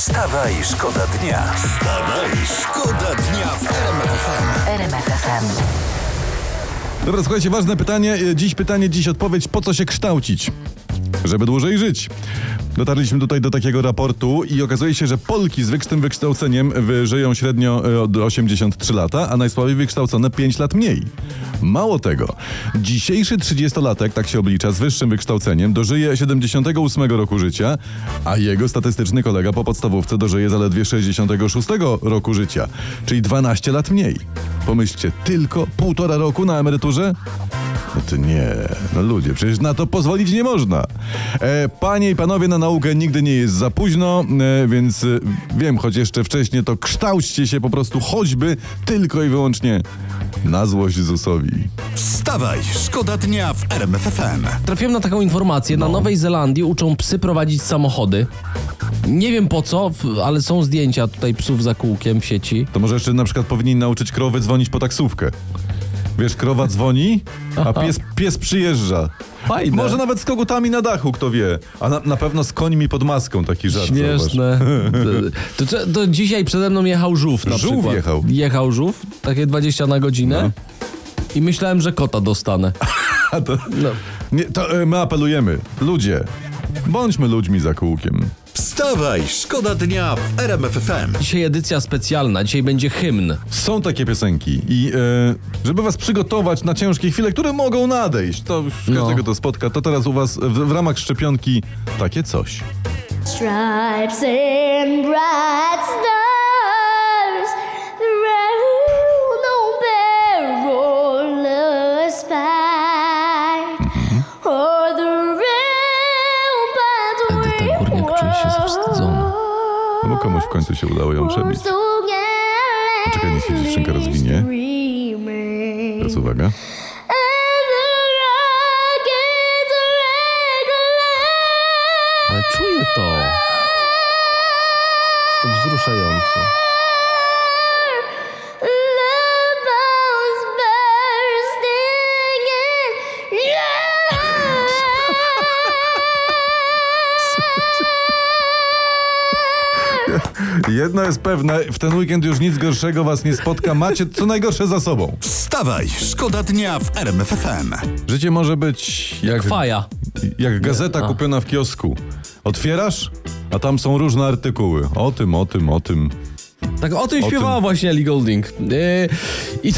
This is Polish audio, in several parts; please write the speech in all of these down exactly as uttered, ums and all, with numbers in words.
Wstawaj, szkoda dnia. Wstawaj, szkoda dnia w R M F F M. R M F F M. Dobra, słuchajcie, ważne pytanie. Dziś pytanie, dziś odpowiedź. Po co się kształcić? Żeby dłużej żyć. Dotarliśmy tutaj do takiego raportu i okazuje się, że Polki z wyższym wykształceniem żyją średnio od osiemdziesiąt trzy lata, a najsłabiej wykształcone pięć lat mniej. Mało tego, dzisiejszy trzydziestolatek, tak się oblicza, z wyższym wykształceniem dożyje siedemdziesiątego ósmego roku życia, a jego statystyczny kolega po podstawówce dożyje zaledwie sześćdziesiątego szóstego roku życia, czyli dwanaście lat mniej. Pomyślcie, tylko półtora roku na emeryturze? No to nie, no ludzie, przecież na to pozwolić nie można. E, panie i panowie, na naukę nigdy nie jest za późno, e, więc e, wiem, choć jeszcze wcześniej, to kształćcie się po prostu choćby tylko i wyłącznie na złość Zusowi. Wstawaj, szkoda dnia w R M F F M. Trafiłem na taką informację. No. Na Nowej Zelandii uczą psy prowadzić samochody. Nie wiem po co, w- ale są zdjęcia tutaj psów za kółkiem w sieci. To może jeszcze na przykład powinni nauczyć krowy dzwonić po taksówkę. Wiesz, krowa dzwoni, a pies, pies przyjeżdża. Fajne. Może nawet z kogutami na dachu, kto wie. A na, na pewno z końmi pod maską, taki żart. zauważ. Śmieszne. To, to, to dzisiaj przede mną jechał żółw na Żółw przykład. jechał. Jechał żółw, takie dwadzieścia na godzinę. No. I myślałem, że kota dostanę. A to, No. nie, to e, my apelujemy. Ludzie, bądźmy ludźmi za kółkiem. Wstawaj, szkoda dnia w R M F F M. Dzisiaj edycja specjalna, dzisiaj będzie hymn. Są takie piosenki i e, żeby was przygotować na ciężkie chwile, które mogą nadejść, to już No. każdego to spotka, to teraz u was w, w ramach szczepionki takie coś. Stripes and bright stars, the road on perilous fight, or the rampart Edyta Górniak czuje się zawstydzona. No bo komuś w końcu się udało ją przebić. Poczekaj, niech się dziewczynka rozwinie. Teraz uwaga. Ale czuję to. Jest to wzruszające. Jedno jest pewne, w ten weekend już nic gorszego was nie spotka. Macie co najgorsze za sobą. Wstawaj, szkoda dnia w R M F F M. Życie może być jak, Faja. jak gazeta A. kupiona w kiosku. Otwierasz, a tam są różne artykuły. O tym, o tym, o tym. Tak o tym O śpiewała tym. właśnie Ellie Goulding. Yy, i...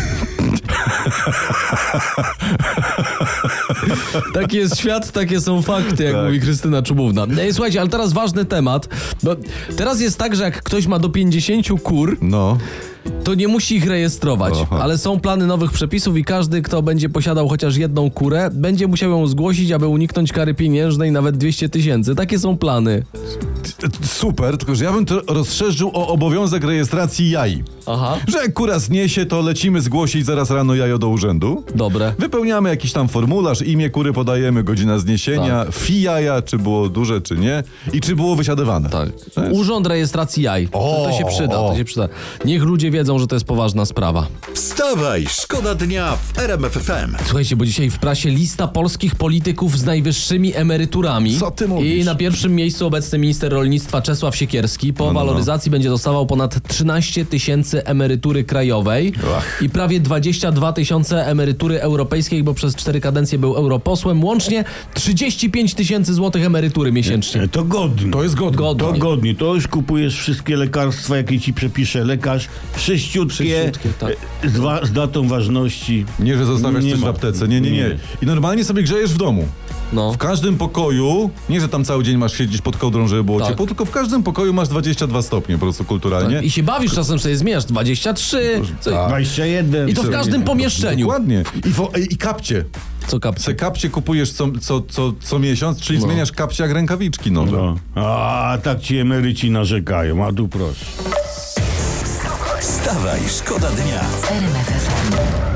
Taki jest świat, takie są fakty, jak Tak. mówi Krystyna Czubówna. Yy, słuchajcie, ale teraz ważny temat. Bo teraz jest tak, że jak ktoś ma do pięćdziesięciu kur, No. to nie musi ich rejestrować. Aha. Ale są plany nowych przepisów i każdy, kto będzie posiadał chociaż jedną kurę, będzie musiał ją zgłosić, aby uniknąć kary pieniężnej nawet dwieście tysięcy. Takie są plany. Super, tylko że ja bym to rozszerzył o obowiązek rejestracji jaj. Aha, Że jak kura zniesie, to lecimy zgłosić zaraz rano jajo do urzędu. dobre. Wypełniamy jakiś tam formularz, imię kury podajemy, godzina zniesienia, Tak. fi jaja, czy było duże, czy nie i czy było wysiadywane. Tak. To jest- Urząd rejestracji jaj. To, to się przyda, to się przyda. Niech ludzie wiedzą, że to jest poważna sprawa. Wstawaj, szkoda dnia w R M F F M. Słuchajcie, bo dzisiaj w prasie lista polskich polityków z najwyższymi emeryturami. Co ty mówisz? I na pierwszym miejscu obecny minister rolnictwa Czesław Siekierski. Po No, no, no. waloryzacji będzie dostawał ponad trzynaście tysięcy emerytury krajowej Ach. i prawie dwadzieścia dwa tysiące emerytury europejskiej, bo przez cztery kadencje był europosłem. Łącznie trzydzieści pięć tysięcy złotych emerytury miesięcznie. To godnie. To jest godne. Godnie. To godnie. To już kupujesz wszystkie lekarstwa, jakie ci przepisze lekarz. Sześciutkie, Sześciutkie, tak. e, z, wa- z datą ważności. Nie, że zostawiasz Nie coś w ma. aptece. Nie, nie, nie. Nie. I normalnie sobie grzejesz w domu. No. W każdym pokoju, nie że tam cały dzień masz siedzieć pod kołdrą, żeby było Tak. ciepło, tylko w każdym pokoju masz dwadzieścia dwa stopnie po prostu kulturalnie. I się bawisz, czasem sobie zmieniasz dwadzieścia trzy. Co, dwadzieścia jeden. I to w każdym pomieszczeniu. Dokładnie. I, wo- i kapcie. Co kapcie? Se kapcie kupujesz co, co, co, co miesiąc, czyli No. zmieniasz kapcie jak rękawiczki nowe. No. A tak ci emeryci narzekają, a tu proszę. Wstawaj, szkoda dnia. R M F F M.